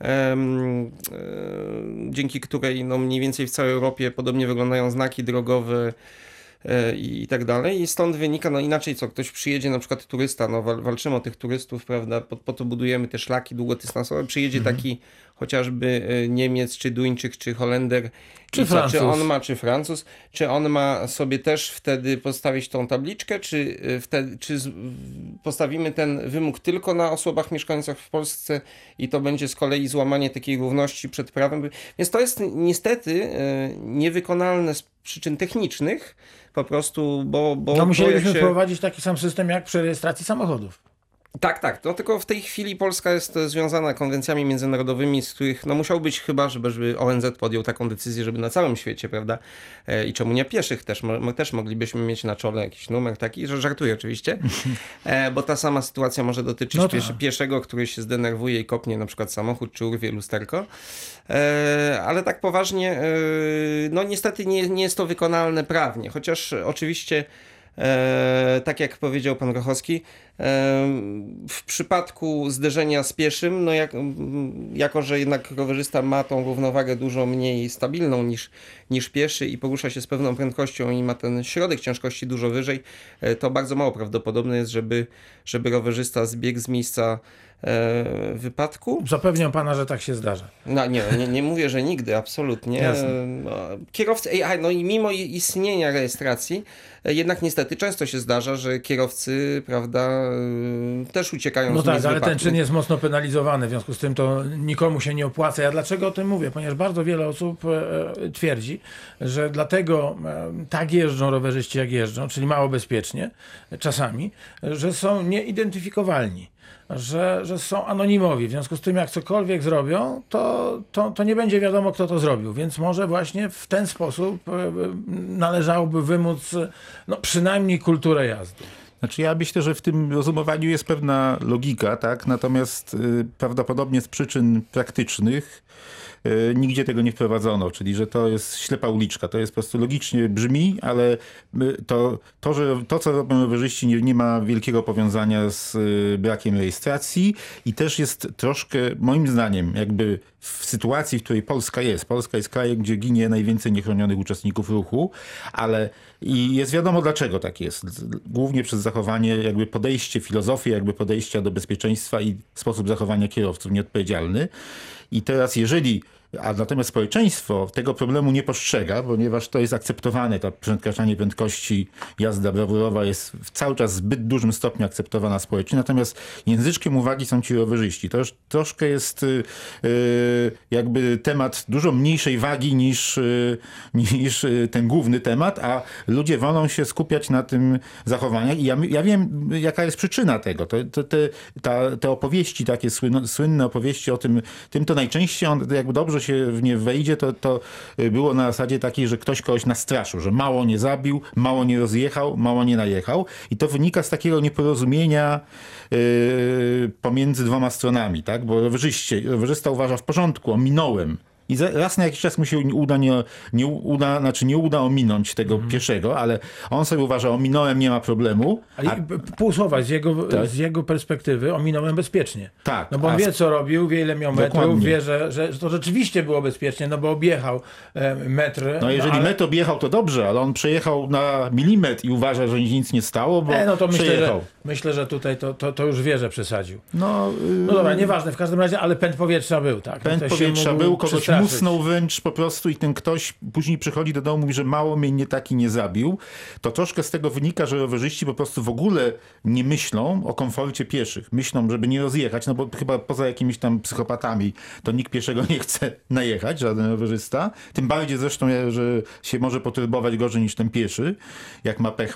dzięki której mniej więcej w całej Europie podobnie wyglądają znaki drogowe i tak dalej. I stąd wynika, inaczej co, ktoś przyjedzie, na przykład turysta, walczymy o tych turystów, prawda, po to budujemy te szlaki długodystansowe, przyjedzie taki chociażby Niemiec, czy Duńczyk, czy Holender, czy Francuz. Czy Francuz, czy on ma sobie też wtedy postawić tą tabliczkę, czy postawimy ten wymóg tylko na osobach mieszkających w Polsce i to będzie z kolei złamanie takiej równości przed prawem. Więc to jest niestety niewykonalne z przyczyn technicznych, po prostu, bo musielibyśmy wprowadzić taki sam system jak przy rejestracji samochodów. Tak. Tylko w tej chwili Polska jest związana konwencjami międzynarodowymi, z których musiał być chyba, żeby ONZ podjął taką decyzję, żeby na całym świecie, prawda? I czemu nie pieszych też? Też moglibyśmy mieć na czole jakiś numer taki, że żartuję oczywiście, bo ta sama sytuacja może dotyczyć pieszego, który się zdenerwuje i kopnie na przykład samochód, czy urwie lusterko. Ale tak poważnie, niestety nie jest to wykonalne prawnie, chociaż oczywiście tak jak powiedział pan Grochowski, w przypadku zderzenia z pieszym, jako że jednak rowerzysta ma tą równowagę dużo mniej stabilną niż pieszy i porusza się z pewną prędkością i ma ten środek ciężkości dużo wyżej, to bardzo mało prawdopodobne jest, żeby rowerzysta zbiegł z miejsca wypadku. Zapewniam pana, że tak się zdarza. Nie mówię, że nigdy, absolutnie. Kierowcy, i mimo istnienia rejestracji, jednak niestety często się zdarza, że kierowcy, prawda, też uciekają z miejsc ale wypadku. ten czyn jest mocno penalizowany, w związku z tym to nikomu się nie opłaca. Ja dlaczego o tym mówię? Ponieważ bardzo wiele osób twierdzi, że dlatego tak jeżdżą rowerzyści, jak jeżdżą, czyli mało bezpiecznie czasami, że są nieidentyfikowalni. Że są anonimowi. W związku z tym, jak cokolwiek zrobią, to nie będzie wiadomo, kto to zrobił. Więc może właśnie w ten sposób należałoby wymóc przynajmniej kulturę jazdy. Znaczy ja myślę, że w tym rozumowaniu jest pewna logika, tak? Natomiast prawdopodobnie z przyczyn praktycznych nigdzie tego nie wprowadzono, czyli że to jest ślepa uliczka. To jest po prostu logicznie brzmi, ale to co robią rowerzyści nie ma wielkiego powiązania z brakiem rejestracji i też jest troszkę, moim zdaniem, jakby w sytuacji, w której Polska jest krajem, gdzie ginie najwięcej niechronionych uczestników ruchu, ale i jest wiadomo dlaczego tak jest. Głównie przez zachowanie, jakby podejście, filozofię jakby podejścia do bezpieczeństwa i sposób zachowania kierowców nieodpowiedzialny. I teraz natomiast społeczeństwo tego problemu nie postrzega, ponieważ to jest akceptowane, to przekraczanie prędkości, jazda brawurowa jest w cały czas w zbyt dużym stopniu akceptowana społecznie, natomiast języczkiem uwagi są ci rowerzyści. To już troszkę jest jakby temat dużo mniejszej wagi niż ten główny temat, a ludzie wolą się skupiać na tym zachowaniach i ja wiem, jaka jest przyczyna tego. Te opowieści, takie słynne opowieści o tym to najczęściej jakby dobrze się w nie wejdzie, to było na zasadzie takiej, że ktoś kogoś nastraszył, że mało nie zabił, mało nie rozjechał, mało nie najechał i to wynika z takiego nieporozumienia pomiędzy dwoma stronami, tak? Bo rowerzysta uważa w porządku, ominąłem. I raz na jakiś czas mu się nie uda ominąć tego pieszego, ale on sobie uważa, ominąłem, nie ma problemu. Pół słowa, z jego perspektywy ominąłem bezpiecznie. Tak. No bo on wie, co robił, wie, ile miał metrów, wie, że to rzeczywiście było bezpiecznie, no bo objechał metr. No jeżeli metr objechał, to dobrze, ale on przejechał na milimetr i uważa, że nic nie stało, bo to przejechał. Myślę, że tutaj to już wie, że przesadził. No dobra, nieważne, w każdym razie, ale pęd powietrza był, tak? Pęd powietrza był, kogoś musnął wręcz po prostu i ten ktoś później przychodzi do domu i mówi, że mało mnie nie zabił. To troszkę z tego wynika, że rowerzyści po prostu w ogóle nie myślą o komforcie pieszych. Myślą, żeby nie rozjechać, no bo chyba poza jakimiś tam psychopatami to nikt pieszego nie chce najechać, żaden rowerzysta. Tym bardziej zresztą, że się może poturbować gorzej niż ten pieszy, jak ma pecha.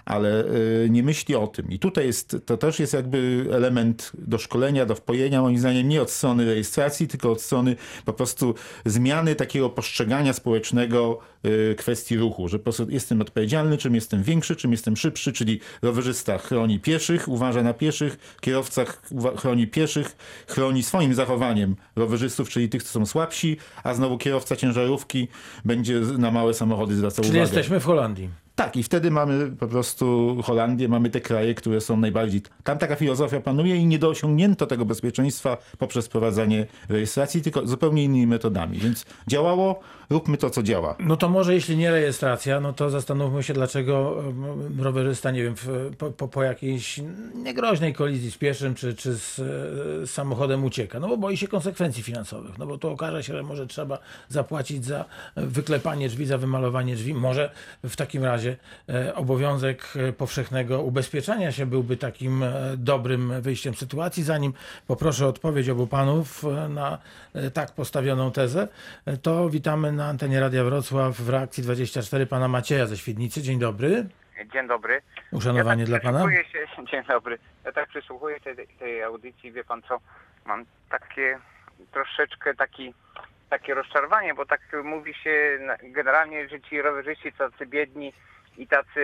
ale nie myśli o tym. I tutaj to też jest jakby element do szkolenia, do wpojenia, moim zdaniem, nie od strony rejestracji, tylko od strony po prostu zmiany takiego postrzegania społecznego kwestii ruchu, że po prostu jestem odpowiedzialny, czym jestem większy, czym jestem szybszy, czyli rowerzysta chroni pieszych, uważa na pieszych, kierowca chroni pieszych, chroni swoim zachowaniem rowerzystów, czyli tych, co są słabsi, a znowu kierowca ciężarówki będzie na małe samochody zwracał uwagę. Czyli jesteśmy w Holandii. Tak, i wtedy mamy po prostu Holandię, mamy te kraje, które są najbardziej... Tam taka filozofia panuje i nie osiągnięto tego bezpieczeństwa poprzez wprowadzanie rejestracji, tylko zupełnie innymi metodami. Więc działało, róbmy to, co działa. No to może jeśli nie rejestracja, no to zastanówmy się, dlaczego rowerzysta, nie wiem, po jakiejś niegroźnej kolizji z pieszym czy z samochodem ucieka. No bo boi się konsekwencji finansowych. No bo to okaże się, że może trzeba zapłacić za wyklepanie drzwi, za wymalowanie drzwi. Może w takim razie obowiązek powszechnego ubezpieczania się byłby takim dobrym wyjściem z sytuacji. Zanim poproszę o odpowiedź obu panów na tak postawioną tezę, to witamy na antenie Radia Wrocław w Reakcji 24 pana Macieja ze Świdnicy. Dzień dobry. Dzień dobry. Uszanowanie dla pana. Dzień dobry. Ja tak przysłuchuję tej audycji, wie pan co, mam takie troszeczkę takie rozczarowanie, bo tak mówi się generalnie, że ci rowerzyści tacy biedni i tacy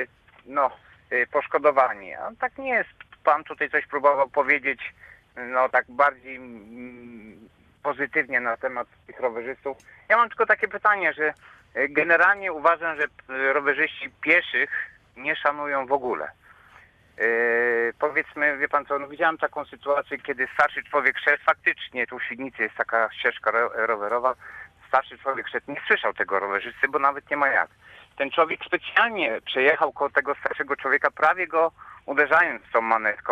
poszkodowani. A tak nie jest. Pan tutaj coś próbował powiedzieć tak bardziej pozytywnie na temat tych rowerzystów. Ja mam tylko takie pytanie, że generalnie uważam, że rowerzyści pieszych nie szanują w ogóle. Powiedzmy, wie pan co, widziałem taką sytuację, kiedy starszy człowiek szedł, faktycznie tu w Świdnicy jest taka ścieżka rowerowa, starszy człowiek szedł, nie słyszał tego rowerzysty, bo nawet nie ma jak. Ten człowiek specjalnie przejechał koło tego starszego człowieka, prawie go uderzając tą manetką.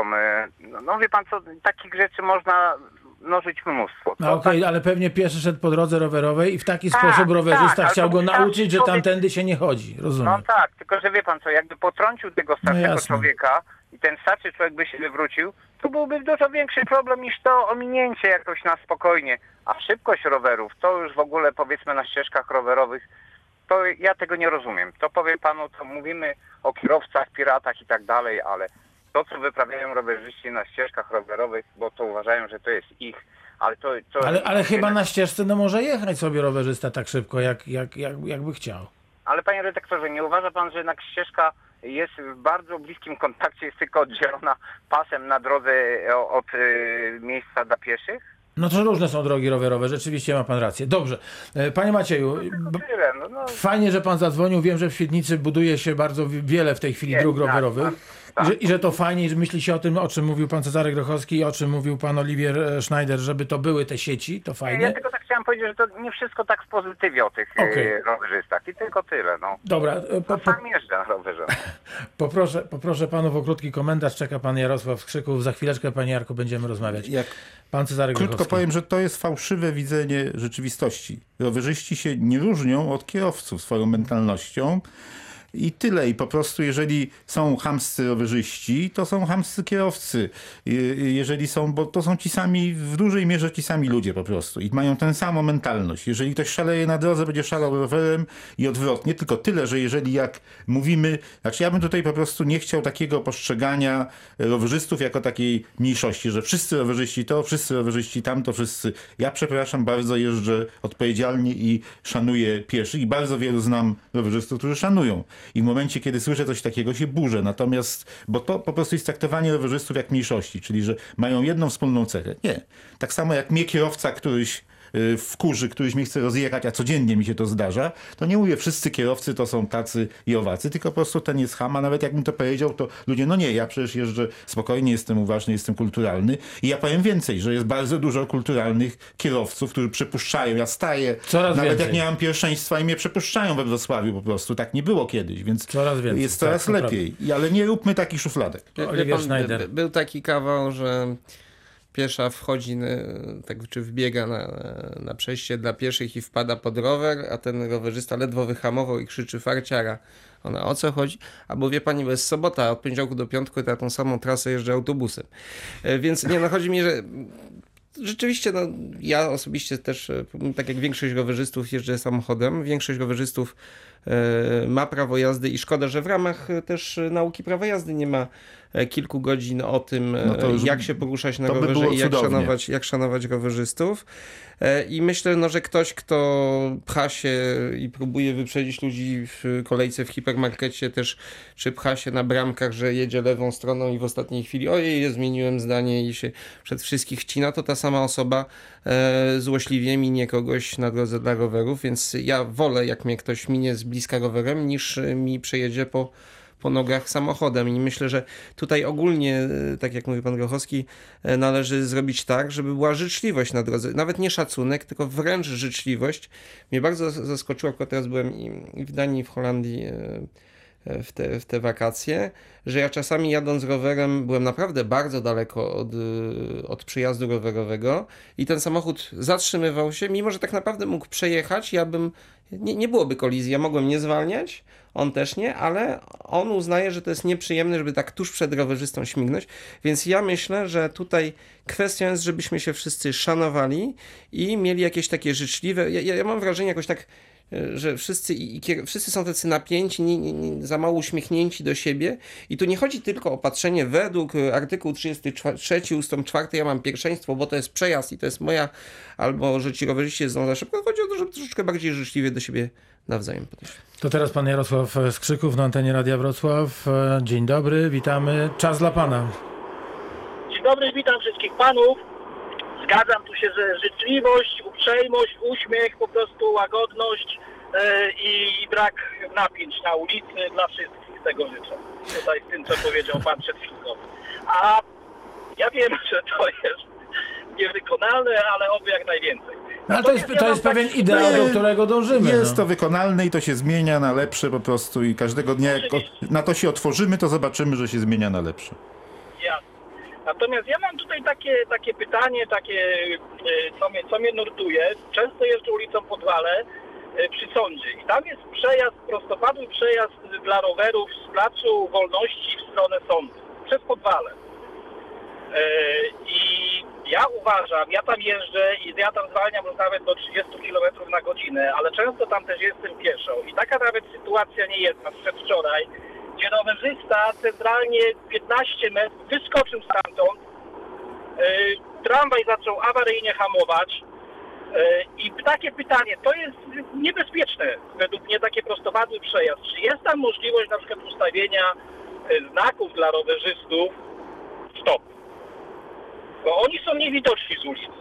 No wie pan co, takich rzeczy można mnożyć mnóstwo. No okej, ale pewnie pieszy szedł po drodze rowerowej i w taki sposób rowerzysta chciał go nauczyć, że tamtędy się nie chodzi. Rozumiem. No tak, tylko że wie pan co, jakby potrącił tego starszego człowieka i ten starszy człowiek by się wywrócił, to byłby dużo większy problem niż to ominięcie jakoś na spokojnie. A szybkość rowerów, to już w ogóle powiedzmy na ścieżkach rowerowych, to ja tego nie rozumiem. To powiem panu, to mówimy o kierowcach, piratach i tak dalej, ale to, co wyprawiają rowerzyści na ścieżkach rowerowych, bo to uważają, że to jest ich, ale to... Ale chyba na ścieżce może jechać sobie rowerzysta tak szybko, jakby chciał. Ale panie redaktorze, nie uważa pan, że jednak ścieżka jest w bardzo bliskim kontakcie, jest tylko oddzielona pasem na drodze od miejsca dla pieszych? No to różne są drogi rowerowe, rzeczywiście ma pan rację. Dobrze. Panie Macieju, fajnie, że pan zadzwonił. Wiem, że w Świdnicy buduje się bardzo wiele w tej chwili dróg rowerowych. Tak. I że to fajnie, że myśli się o tym, o czym mówił pan Cezary Grochowski i o czym mówił pan Oliwier Schneider, żeby to były te sieci, to fajnie. Ja tylko tak chciałem powiedzieć, że to nie wszystko tak w pozytywie o tych rowerzystach i tylko tyle. No. Dobra. Sam jeżdżę na rowerze. Poproszę panów o krótki komentarz. Czeka pan Jarosław Skrzyków. Za chwileczkę, panie Jarku, będziemy rozmawiać. Pan Cezary Grochowski. Krótko powiem, że to jest fałszywe widzenie rzeczywistości. Rowerzyści się nie różnią od kierowców swoją mentalnością. I tyle. I po prostu jeżeli są chamscy rowerzyści, to są chamscy kierowcy. Jeżeli są, bo to są ci sami, w dużej mierze ci sami ludzie po prostu. I mają tę samą mentalność. Jeżeli ktoś szaleje na drodze, będzie szalał rowerem i odwrotnie. Tylko tyle, że jeżeli jak mówimy, znaczy ja bym tutaj po prostu nie chciał takiego postrzegania rowerzystów jako takiej mniejszości, że wszyscy rowerzyści to, wszyscy rowerzyści tamto, wszyscy. Ja przepraszam, bardzo jeżdżę odpowiedzialnie i szanuję pieszych i bardzo wielu znam rowerzystów, którzy szanują. I w momencie, kiedy słyszę coś takiego, się burzę. Natomiast, bo to po prostu jest traktowanie rowerzystów jak mniejszości, czyli że mają jedną wspólną cechę. Nie. Tak samo jak mnie kierowca któryś wkurzy, któryś mnie chce rozjechać, a codziennie mi się to zdarza, to nie mówię, wszyscy kierowcy to są tacy i owacy, tylko po prostu ten jest cham, a nawet jakbym to powiedział, to ludzie, no nie, ja przecież jeżdżę spokojnie, jestem uważny, jestem kulturalny i ja powiem więcej, że jest bardzo dużo kulturalnych kierowców, którzy przepuszczają, ja staję, coraz nawet więcej. Jak nie mam pierwszeństwa i mnie przepuszczają we Wrocławiu po prostu, tak nie było kiedyś, więc coraz więcej, jest coraz lepiej, ale nie róbmy takich szufladek. Oliwier Schneider. Był taki kawał, że piesza wchodzi, czy wbiega na przejście dla pieszych i wpada pod rower, a ten rowerzysta ledwo wyhamował i krzyczy farciara. Ona, o co chodzi? Albo wie pani, bo jest sobota, od poniedziałku do piątku na tą samą trasę jeżdżę autobusem. Więc nie, chodzi mi, że rzeczywiście, ja osobiście też, tak jak większość rowerzystów jeżdżę samochodem, większość rowerzystów ma prawo jazdy i szkoda, że w ramach też nauki prawa jazdy nie ma kilku godzin o tym, jak się poruszać na rowerze i jak szanować rowerzystów. I myślę, że ktoś, kto pcha się i próbuje wyprzedzić ludzi w kolejce w hipermarkecie też, czy pcha się na bramkach, że jedzie lewą stroną i w ostatniej chwili ojej, zmieniłem zdanie i się przed wszystkich wcina, to ta sama osoba złośliwie minie kogoś na drodze dla rowerów, więc ja wolę, jak mnie ktoś minie z bliska rowerem, niż mi przejedzie po nogach samochodem. I myślę, że tutaj ogólnie, tak jak mówi pan Grochowski, należy zrobić tak, żeby była życzliwość na drodze. Nawet nie szacunek, tylko wręcz życzliwość. Mnie bardzo zaskoczyło, akurat teraz byłem i w Danii, i w Holandii w te wakacje, że ja czasami jadąc rowerem byłem naprawdę bardzo daleko od przejazdu rowerowego i ten samochód zatrzymywał się, mimo że tak naprawdę mógł przejechać, nie byłoby kolizji, ja mogłem nie zwalniać, on też nie, ale on uznaje, że to jest nieprzyjemne, żeby tak tuż przed rowerzystą śmignąć, więc ja myślę, że tutaj kwestią jest, żebyśmy się wszyscy szanowali i mieli jakieś takie życzliwe, ja mam wrażenie jakoś tak, że wszyscy są tacy napięci, za mało uśmiechnięci do siebie i tu nie chodzi tylko o patrzenie według artykułu 33 ustęp 4, ja mam pierwszeństwo, bo to jest przejazd i to jest moja, albo że ci rowerzyści jedzą za szybko. Chodzi o to, żeby troszeczkę bardziej życzliwie do siebie nawzajem podejść. To teraz pan Jarosław Skrzyków na antenie Radia Wrocław. Dzień dobry, witamy. Czas dla pana. Dzień dobry, witam wszystkich panów. Zgadzam tu się, że życzliwość, uprzejmość, uśmiech, po prostu łagodność i brak napięć na ulicy dla wszystkich. Tego życzę. Tutaj z tym, co powiedział pan przed chwilą. A ja wiem, że to jest niewykonalne, ale oby jak najwięcej. No, to jest pewien ideał, do którego dążymy. Jest to wykonalne i to się zmienia na lepsze po prostu i każdego dnia, jak na to się otworzymy, to zobaczymy, że się zmienia na lepsze. Jasne. Natomiast ja mam tutaj takie pytanie, co mnie nurtuje. Często jeżdżę ulicą Podwale przy sądzie i tam jest przejazd, prostopadły przejazd dla rowerów z Placu Wolności w stronę sądu, przez Podwale. I ja uważam, ja tam jeżdżę i ja tam zwalniam już nawet do 30 km na godzinę, ale często tam też jestem pieszo. I taka nawet sytuacja niejedna, przedwczoraj, gdzie rowerzysta centralnie 15 metrów wyskoczył stamtąd, tramwaj zaczął awaryjnie hamować i takie pytanie, to jest niebezpieczne według mnie takie prostopadły przejazd. Czy jest tam możliwość na przykład ustawienia znaków dla rowerzystów stop? Bo oni są niewidoczni z ulicy.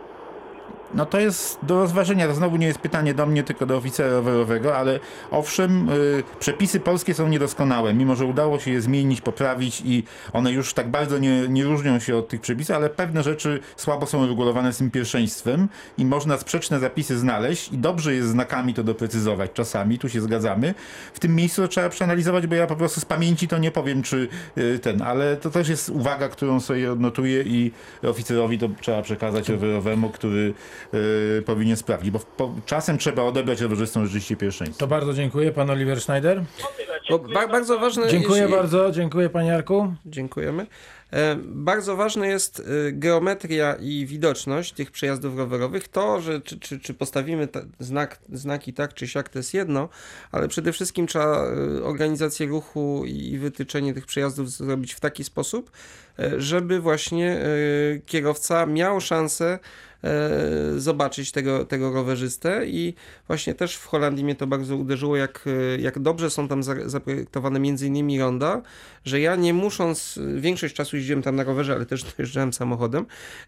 No to jest do rozważenia. To znowu nie jest pytanie do mnie, tylko do oficera rowerowego, ale owszem, przepisy polskie są niedoskonałe, mimo że udało się je zmienić, poprawić i one już tak bardzo nie różnią się od tych przepisów, ale pewne rzeczy słabo są regulowane z tym pierwszeństwem i można sprzeczne zapisy znaleźć i dobrze jest znakami to doprecyzować czasami, tu się zgadzamy. W tym miejscu to trzeba przeanalizować, bo ja po prostu z pamięci to nie powiem, czy ale to też jest uwaga, którą sobie odnotuję i oficerowi to trzeba przekazać rowerowemu, który powinien sprawdzić, bo czasem trzeba odebrać rowerzystom rzeczywiście pierwszeństwo. To bardzo dziękuję. Pan Oliver Schneider. Bardzo ważne. Dziękuję bardzo. Dziękuję panie Jarku. Dziękujemy. Bardzo ważna jest geometria i widoczność tych przejazdów rowerowych. To, że czy postawimy znaki tak czy siak, to jest jedno, ale przede wszystkim trzeba organizację ruchu i wytyczenie tych przejazdów zrobić w taki sposób, żeby właśnie kierowca miał szansę zobaczyć tego rowerzystę i właśnie też w Holandii mnie to bardzo uderzyło, jak dobrze są tam zaprojektowane między innymi ronda, że ja nie musząc, większość czasu jeździłem tam na rowerze, ale też dojeżdżałem samochodem,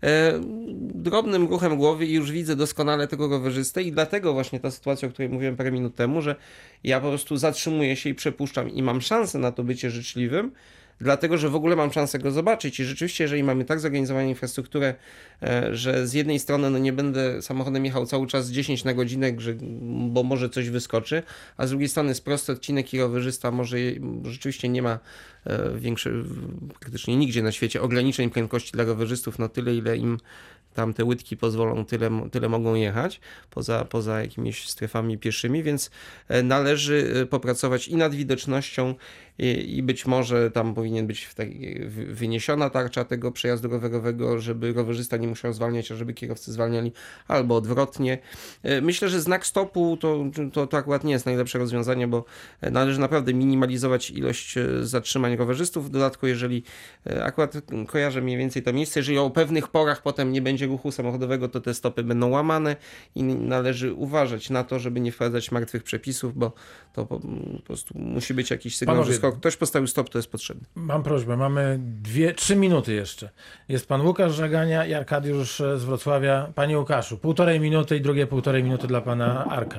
drobnym ruchem głowy i już widzę doskonale tego rowerzystę i dlatego właśnie ta sytuacja, o której mówiłem parę minut temu, że ja po prostu zatrzymuję się i przepuszczam i mam szansę na to bycie życzliwym, dlatego, że w ogóle mam szansę go zobaczyć i rzeczywiście, jeżeli mamy tak zorganizowaną infrastrukturę, że z jednej strony nie będę samochodem jechał cały czas 10 na godzinę, bo może coś wyskoczy, a z drugiej strony jest prosty odcinek i rowerzysta może rzeczywiście nie ma praktycznie nigdzie na świecie ograniczeń prędkości dla rowerzystów, no tyle, ile im tam te łydki pozwolą, tyle mogą jechać, poza jakimiś strefami pieszymi, więc należy popracować i nad widocznością i być może tam powinien być wyniesiona tarcza tego przejazdu rowerowego, żeby rowerzysta nie musiał zwalniać, a żeby kierowcy zwalniali, albo odwrotnie. Myślę, że znak stopu to akurat nie jest najlepsze rozwiązanie, bo należy naprawdę minimalizować ilość zatrzymań rowerzystów. W dodatku, jeżeli akurat kojarzę mniej więcej to miejsce, jeżeli o pewnych porach potem nie będzie ruchu samochodowego, to te stopy będą łamane i należy uważać na to, żeby nie wprowadzać martwych przepisów, bo to po prostu musi być jakiś sygnał, że skoro ktoś postawił stop, to jest potrzebny. Mam prośbę, mamy 3 minuty jeszcze. Jest pan Łukasz Żagania i Arkadiusz z Wrocławia. Panie Łukaszu, 1,5 minuty i drugie 1,5 minuty dla pana Arka.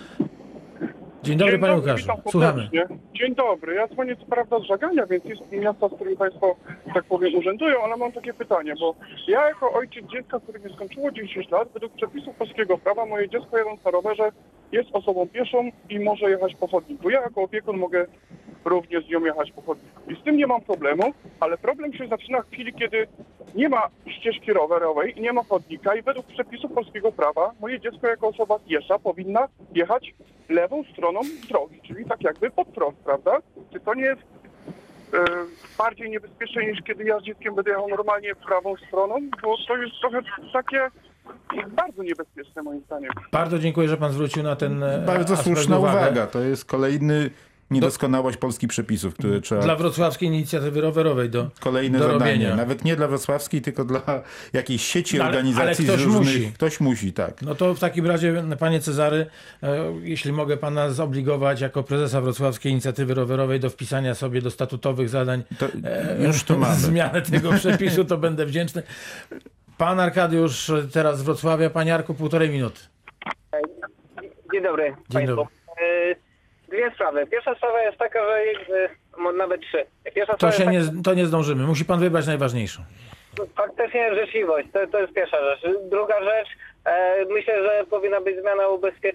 Dzień dobry, panie Łukaszu. Słuchamy. Dzień dobry. Ja dzwonię co prawda z Żagania, więc jest miasta, z którym państwo, tak powiem, urzędują, ale mam takie pytanie, bo ja jako ojciec dziecka, które nie skończyło 10 lat, według przepisów polskiego prawa, moje dziecko jadąc na rowerze jest osobą pieszą i może jechać po chodniku. Ja jako opiekun mogę również z nią jechać po chodniku. I z tym nie mam problemu, ale problem się zaczyna w chwili, kiedy nie ma ścieżki rowerowej i nie ma chodnika i według przepisów polskiego prawa moje dziecko jako osoba piesza powinna jechać lewą stroną drogi, czyli tak jakby pod prąd, prawda? Czy to nie jest bardziej niebezpieczne niż kiedy ja z dzieckiem będę jechał normalnie prawą stroną? Bo to jest trochę takie bardzo niebezpieczne moim zdaniem. Bardzo dziękuję, że pan zwrócił na ten bardzo słuszna uwaga. To jest kolejny niedoskonałość polskich przepisów, które trzeba... Dla wrocławskiej inicjatywy rowerowej kolejne do zadanie. robienia. Nawet nie dla wrocławskiej, tylko dla jakiejś sieci organizacji. Ale ktoś musi. Ktoś musi, tak. No to w takim razie, panie Cezary, jeśli mogę pana zobligować jako prezesa wrocławskiej inicjatywy rowerowej do wpisania sobie do statutowych zadań już to mamy. Zmianę tego przepisu, to będę wdzięczny. Pan Arkadiusz teraz z Wrocławia. Panie Arku, 1,5 minuty. Dzień dobry państwu. Dwie sprawy. Pierwsza sprawa jest taka, że nawet 3. To nie zdążymy. Musi pan wybrać najważniejszą. Faktycznie życzliwość. To jest pierwsza rzecz. Druga rzecz. Myślę, że powinna być zmiana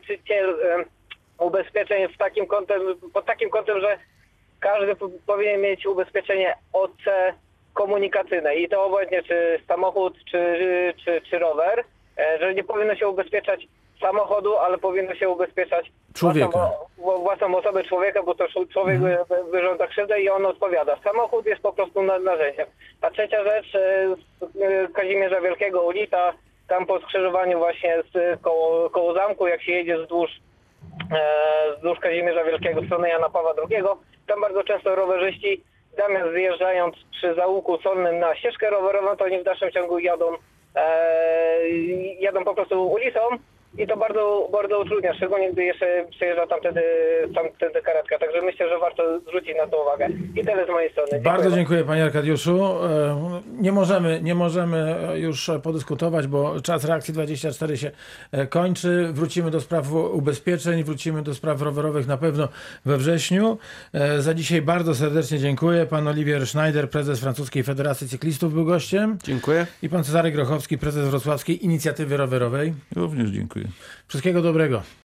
ubezpieczeń pod takim kątem, że każdy powinien mieć ubezpieczenie OC komunikacyjne. I to obojętnie czy samochód, czy rower. Że nie powinno się ubezpieczać samochodu, ale powinno się ubezpieczać własną osobę człowieka, bo to człowiek wyrządza krzywdę i on odpowiada. Samochód jest po prostu narzędziem. A trzecia rzecz, Kazimierza Wielkiego ulica, tam po skrzyżowaniu właśnie koło zamku, jak się jedzie wzdłuż Kazimierza Wielkiego w stronę Jana Pawła II, tam bardzo często rowerzyści zamiast zjeżdżając przy załuku solnym na ścieżkę rowerową, to oni w dalszym ciągu jadą po prostu ulicą i to bardzo, bardzo utrudnia, szczególnie gdy jeszcze przejeżdża tamtędy karetka. Także myślę, że warto zwrócić na to uwagę. I tyle z mojej strony. Bardzo dziękuję panie Arkadiuszu. Nie możemy już podyskutować, bo czas reakcji 24 się kończy. Wrócimy do spraw ubezpieczeń, wrócimy do spraw rowerowych na pewno we wrześniu. Za dzisiaj bardzo serdecznie dziękuję. Pan Olivier Schneider, prezes Francuskiej Federacji Cyklistów, był gościem. Dziękuję. I pan Cezary Grochowski, prezes Wrocławskiej Inicjatywy Rowerowej. Również dziękuję. Wszystkiego dobrego.